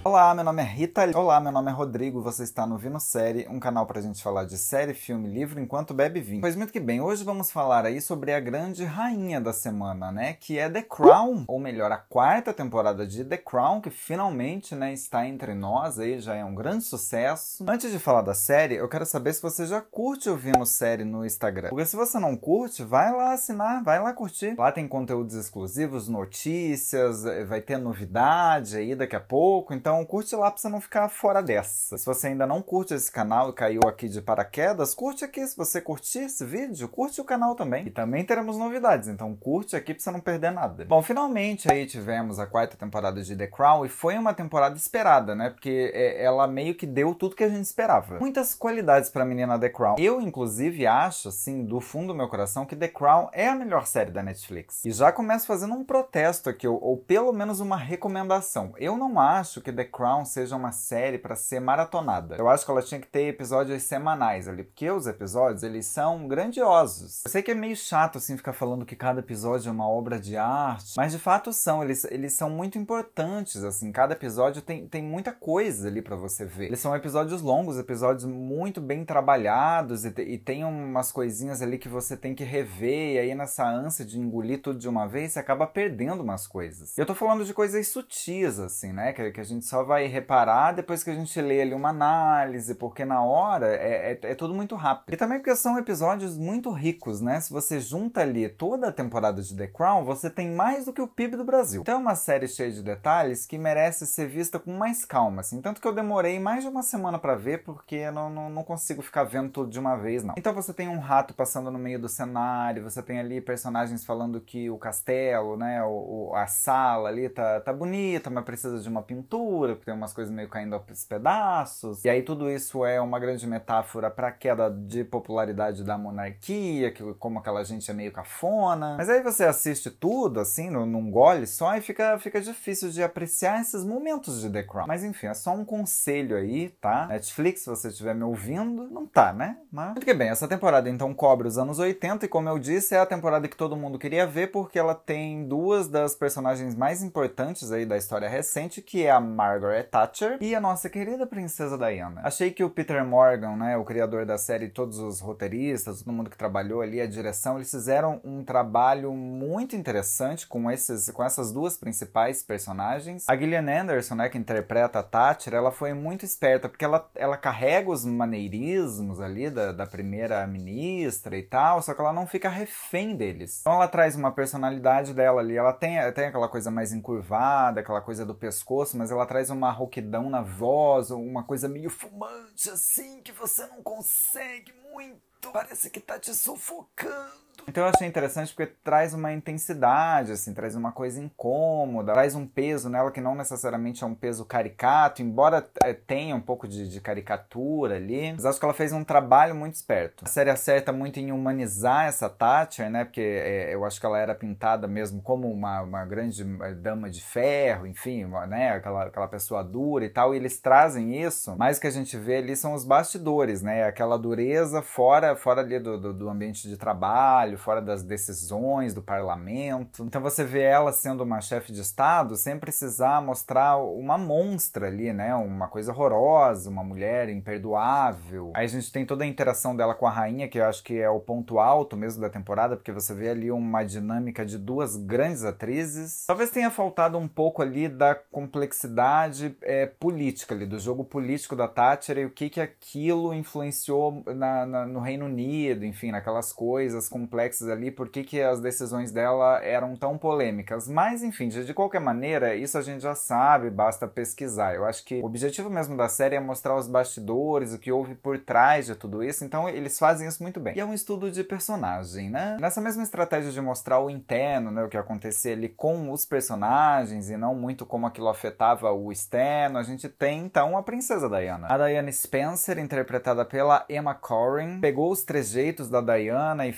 Olá, meu nome é Rita. Olá, meu nome é Rodrigo. Você está no Vino Série, um canal pra gente falar de série, filme, livro enquanto bebe vinho. Pois muito que bem, hoje vamos falar aí sobre a grande rainha da semana, né? Que é The Crown, ou melhor, a quarta temporada de The Crown, que finalmente, né, está entre nós aí, já é um grande sucesso. Antes de falar da série, eu quero saber se você já curte o Vino Série no Instagram. Porque se você não curte, vai lá assinar, vai lá curtir. Lá tem conteúdos exclusivos, notícias, vai ter novidade aí daqui a pouco, então curte lá pra você não ficar fora dessa. Se você ainda não curte esse canal e caiu aqui de paraquedas, curte aqui. Se você curtir esse vídeo, curte o canal também. E também teremos novidades, então curte aqui pra você não perder nada. Bom, finalmente aí tivemos a quarta temporada de The Crown e foi uma temporada esperada, né? Porque ela meio que deu tudo que a gente esperava. Muitas qualidades pra menina The Crown. Eu, inclusive, acho, assim, do fundo do meu coração, que The Crown é a melhor série da Netflix. E já começo fazendo um protesto aqui, ou pelo menos uma recomendação. Eu não acho que The Crown seja uma série pra ser maratonada. Eu acho que ela tinha que ter episódios semanais ali, porque os episódios, eles são grandiosos. Eu sei que é meio chato, assim, ficar falando que cada episódio é uma obra de arte, mas de fato são. Eles são muito importantes, assim. Cada episódio tem muita coisa ali pra você ver. Eles são episódios longos, episódios muito bem trabalhados e tem umas coisinhas ali que você tem que rever, e aí nessa ânsia de engolir tudo de uma vez, você acaba perdendo umas coisas. Eu tô falando de coisas sutis, assim, né? Que a gente só vai reparar depois que a gente lê ali uma análise, porque na hora é tudo muito rápido. E também porque são episódios muito ricos, né? Se você junta ali toda a temporada de The Crown, você tem mais do que o PIB do Brasil. Então é uma série cheia de detalhes que merece ser vista com mais calma, assim. Tanto que eu demorei mais de uma semana pra ver, porque eu não consigo ficar vendo tudo de uma vez, não. Então você tem um rato passando no meio do cenário, você tem ali personagens falando que o castelo, né, a sala ali tá bonita, mas precisa de uma pintura, porque tem umas coisas meio caindo aos pedaços. E aí tudo isso é uma grande metáfora pra queda de popularidade da monarquia, que como aquela gente é meio cafona. Mas aí você assiste tudo, assim, num gole só, e fica difícil de apreciar esses momentos de The Crown. Mas enfim, é só um conselho aí, tá? Netflix, se você estiver me ouvindo, não tá, né? Mas muito que bem, essa temporada então cobre os anos 80 e, como eu disse, é a temporada que todo mundo queria ver, porque ela tem duas das personagens mais importantes aí da história recente, que é a Margaret Thatcher e a nossa querida princesa Diana. Achei que o Peter Morgan, né, o criador da série, todos os roteiristas, todo mundo que trabalhou ali, a direção, eles fizeram um trabalho muito interessante com essas duas principais personagens. A Gillian Anderson, né, que interpreta a Thatcher, ela foi muito esperta, porque ela carrega os maneirismos ali da primeira-ministra e tal, só que ela não fica refém deles. Então ela traz uma personalidade dela ali, ela tem aquela coisa mais encurvada, aquela coisa do pescoço, mas ela traz uma rouquidão na voz, uma coisa meio fumante assim, que você não consegue muito, parece que tá te sufocando. Então eu achei interessante porque traz uma intensidade, assim, traz uma coisa incômoda, traz um peso nela que não necessariamente é um peso caricato, embora tenha um pouco de caricatura ali. Mas acho que ela fez um trabalho muito esperto. A série acerta muito em humanizar essa Thatcher, né? Porque eu acho que ela era pintada mesmo como uma grande dama de ferro, enfim, né? Aquela pessoa dura e tal. E eles trazem isso, mas o que a gente vê ali são os bastidores, né? Aquela dureza fora ali do ambiente de trabalho, fora das decisões do parlamento. Então você vê ela sendo uma chefe de estado sem precisar mostrar uma monstra ali, né? Uma coisa horrorosa, uma mulher imperdoável. Aí a gente tem toda a interação dela com a rainha, que eu acho que é o ponto alto mesmo da temporada, porque você vê ali uma dinâmica de duas grandes atrizes. Talvez tenha faltado um pouco ali da complexidade política ali, do jogo político da Thatcher e o que aquilo influenciou no Reino Unido, enfim, naquelas coisas complexas ali, por que as decisões dela eram tão polêmicas. Mas, enfim, de qualquer maneira, isso a gente já sabe, basta pesquisar. Eu acho que o objetivo mesmo da série é mostrar os bastidores, o que houve por trás de tudo isso, então eles fazem isso muito bem. E é um estudo de personagem, né? Nessa mesma estratégia de mostrar o interno, né, o que acontecia ali com os personagens e não muito como aquilo afetava o externo, a gente tem, então, a princesa Diana. A Diana Spencer, interpretada pela Emma Corrin, pegou os trejeitos da Diana e fez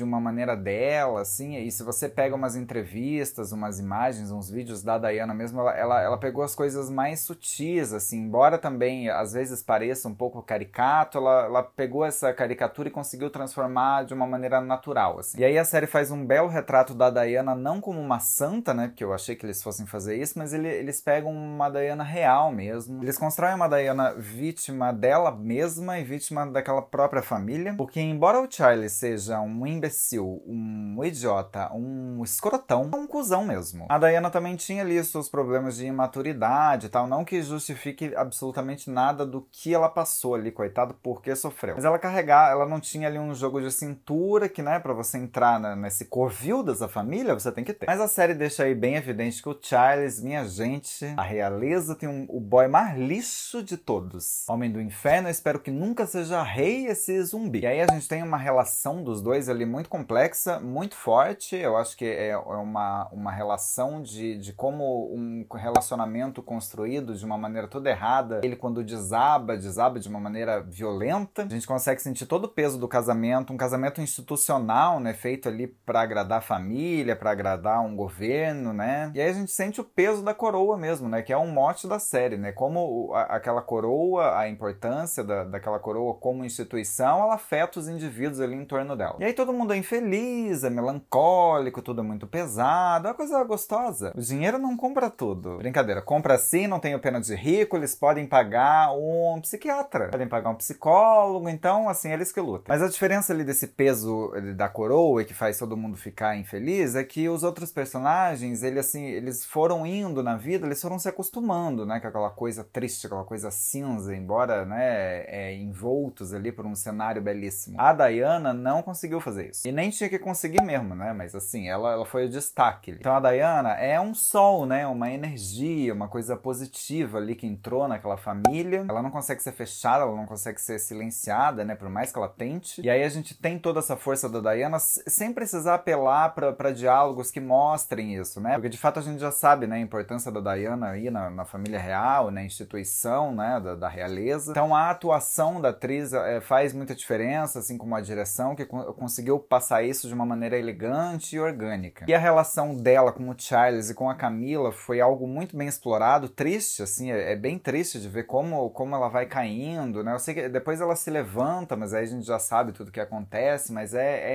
de uma maneira dela, assim, e se você pega umas entrevistas, umas imagens, uns vídeos da Diana mesmo, ela pegou as coisas mais sutis, assim, embora também às vezes pareça um pouco caricato, ela pegou essa caricatura e conseguiu transformar de uma maneira natural, assim. E aí a série faz um belo retrato da Diana, não como uma santa, né, porque eu achei que eles fossem fazer isso, mas eles pegam uma Diana real mesmo. Eles constroem uma Diana vítima dela mesma e vítima daquela própria família, porque embora o Charlie seja um imbecil, um idiota, um escrotão, um cuzão mesmo, a Diana também tinha ali seus problemas de imaturidade e tal, não que justifique absolutamente nada do que ela passou ali, coitado, porque sofreu. Mas ela não tinha ali um jogo de cintura que, né, pra você entrar nesse covil dessa família, você tem que ter. Mas a série deixa aí bem evidente que o Charles, minha gente, a realeza tem o boy mais lixo de todos. Homem do inferno, eu espero que nunca seja rei esse zumbi. E aí a gente tem uma relação dos dois ali muito complexa, muito forte. Eu acho que é uma relação de como um relacionamento construído de uma maneira toda errada. Ele, quando desaba de uma maneira violenta. A gente consegue sentir todo o peso do casamento, um casamento institucional, né, feito ali pra agradar a família, pra agradar um governo, né? E aí a gente sente o peso da coroa mesmo, né, que é um mote da série, né? Como aquela coroa, a importância daquela coroa como instituição, ela afeta os indivíduos ali em torno dela. E aí todo mundo é infeliz, é melancólico, tudo é muito pesado, é uma coisa gostosa. O dinheiro não compra tudo. Brincadeira, compra sim, não tenho pena de rico, eles podem pagar um psiquiatra, podem pagar um psicólogo, então, assim, eles que lutam. Mas a diferença ali desse peso da coroa e que faz todo mundo ficar infeliz é que os outros personagens, eles foram indo na vida, eles foram se acostumando, né, com aquela coisa triste, aquela coisa cinza, embora, né, envoltos ali por um cenário belíssimo. A Diana não conseguiu fazer isso. E nem tinha que conseguir mesmo, né, mas assim, ela foi o destaque. Então a Diana é um sol, né, uma energia, uma coisa positiva ali que entrou naquela família. Ela não consegue ser fechada, ela não consegue ser silenciada, né, por mais que ela tente. E aí a gente tem toda essa força da Diana sem precisar apelar pra diálogos que mostrem isso, né? Porque de fato a gente já sabe, né, a importância da Diana aí na família real, na instituição, né, da realeza. Então a atuação da atriz faz muita diferença, assim como a direção, que conseguiu passar isso de uma maneira elegante e orgânica. E a relação dela com o Charles e com a Camila foi algo muito bem explorado, triste, assim, é bem triste de ver como ela vai caindo, né? Eu sei que depois ela se levanta, mas aí a gente já sabe tudo o que acontece, mas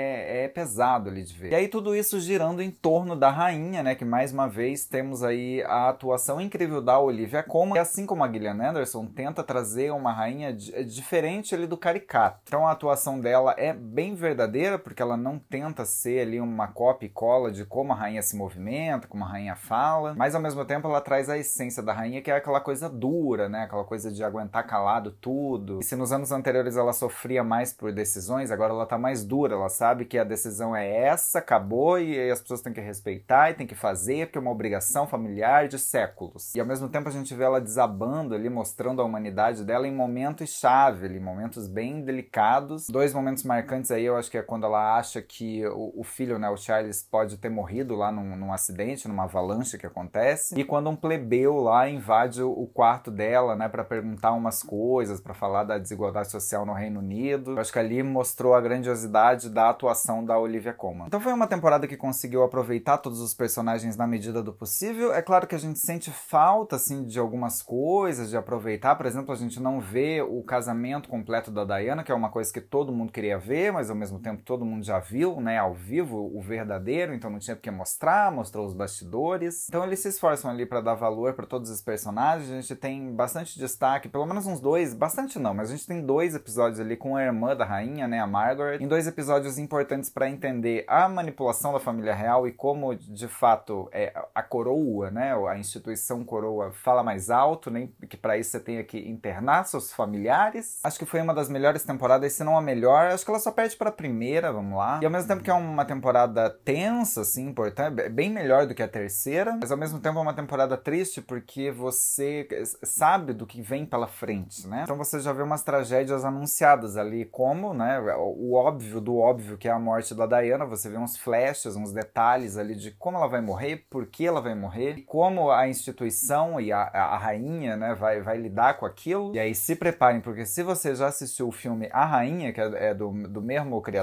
é pesado ali de ver. E aí tudo isso girando em torno da rainha, né? Que mais uma vez temos aí a atuação incrível da Olivia Colman, e assim como a Gillian Anderson tenta trazer uma rainha diferente ali do caricato. Então a atuação dela é bem verdadeira, porque ela não tenta ser ali uma cópia e cola de como a rainha se movimenta, como a rainha fala, mas ao mesmo tempo ela traz a essência da rainha, que é aquela coisa dura, né? Aquela coisa de aguentar calado tudo. E se nos anos anteriores ela sofria mais por decisões, agora ela tá mais dura, ela sabe que a decisão é essa, acabou, e as pessoas têm que respeitar e têm que fazer, porque é uma obrigação familiar de séculos. E ao mesmo tempo a gente vê ela desabando ali, mostrando a humanidade dela em momentos-chave, ali, momentos bem delicados. Dois momentos marcantes aí, eu acho que é quando ela acha que o filho, né, o Charles, pode ter morrido lá num acidente, numa avalanche que acontece, e quando um plebeu lá invade o quarto dela, né, pra perguntar umas coisas, pra falar da desigualdade social no Reino Unido. Eu acho que ali mostrou a grandiosidade da atuação da Olivia Colman. Então foi uma temporada que conseguiu aproveitar todos os personagens na medida do possível. É claro que a gente sente falta, assim, de algumas coisas, de aproveitar. Por exemplo, a gente não vê o casamento completo da Diana, que é uma coisa que todo mundo queria ver, mas ao mesmo tempo todo mundo já viu, né, ao vivo, o verdadeiro, então não tinha porque mostrar, mostrou os bastidores. Então eles se esforçam ali pra dar valor pra todos os personagens. A gente tem bastante destaque, pelo menos uns dois, bastante não, mas a gente tem 2 episódios ali com a irmã da rainha, né, a Margaret, em 2 episódios importantes pra entender a manipulação da família real e como, de fato, a coroa, né, a instituição coroa fala mais alto, né, que pra isso você tem que internar seus familiares. Acho que foi uma das melhores temporadas, se não a melhor. Acho que ela só perde pra primeira, vamos lá. E ao mesmo tempo que é uma temporada tensa, assim, importante, bem melhor do que a terceira, mas ao mesmo tempo é uma temporada triste porque você sabe do que vem pela frente, né? Então você já vê umas tragédias anunciadas ali, como, né, o óbvio do óbvio, que é a morte da Diana. Você vê uns flashes, uns detalhes ali de como ela vai morrer, por que ela vai morrer, e como a instituição e a rainha, né, vai lidar com aquilo. E aí se preparem, porque se você já assistiu o filme A Rainha, que é do mesmo criador,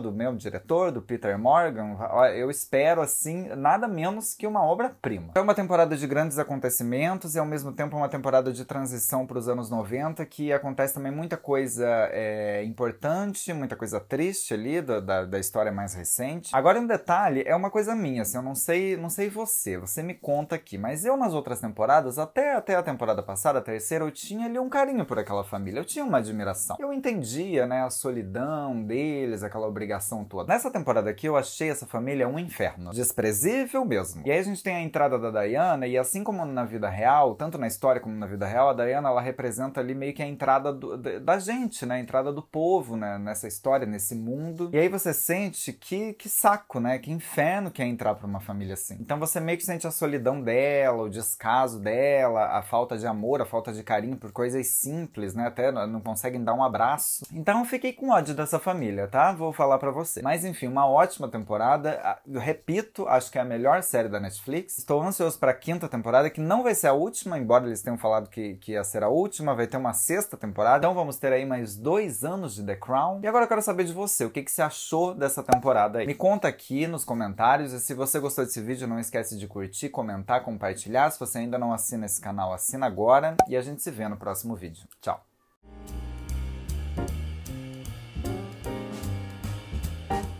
do mesmo diretor, do Peter Morgan, eu espero, assim, nada menos que uma obra-prima. É uma temporada de grandes acontecimentos e, ao mesmo tempo, uma temporada de transição para os anos 90, que acontece também muita coisa importante, muita coisa triste ali da história mais recente. Agora, um detalhe, é uma coisa minha, assim, eu não sei você me conta aqui, mas eu nas outras temporadas, até a temporada passada, a terceira, eu tinha ali um carinho por aquela família, eu tinha uma admiração. Eu entendia, né, a solidão deles, aquela obrigação toda. Nessa temporada aqui, eu achei essa família um inferno, desprezível mesmo. E aí a gente tem a entrada da Diana, e assim como na vida real, tanto na história como na vida real, a Diana, ela representa ali meio que a entrada da gente, né, a entrada do povo, né, nessa história, nesse mundo. E aí você sente que saco, né, que inferno que é entrar pra uma família assim. Então você meio que sente a solidão dela, o descaso dela, a falta de amor, a falta de carinho por coisas simples, né, até não conseguem dar um abraço. Então eu fiquei com ódio dessa família, tá? Vou falar pra você. Mas enfim, uma ótima temporada. Eu repito, acho que é a melhor série da Netflix. Estou ansioso pra quinta temporada, que não vai ser a última, embora eles tenham falado que ia ser a última, vai ter uma sexta temporada. Então vamos ter aí mais 2 anos de The Crown. E agora eu quero saber de você, o que você achou dessa temporada aí? Me conta aqui nos comentários, e se você gostou desse vídeo, não esquece de curtir, comentar, compartilhar. Se você ainda não assina esse canal, assina agora, e a gente se vê no próximo vídeo. Tchau!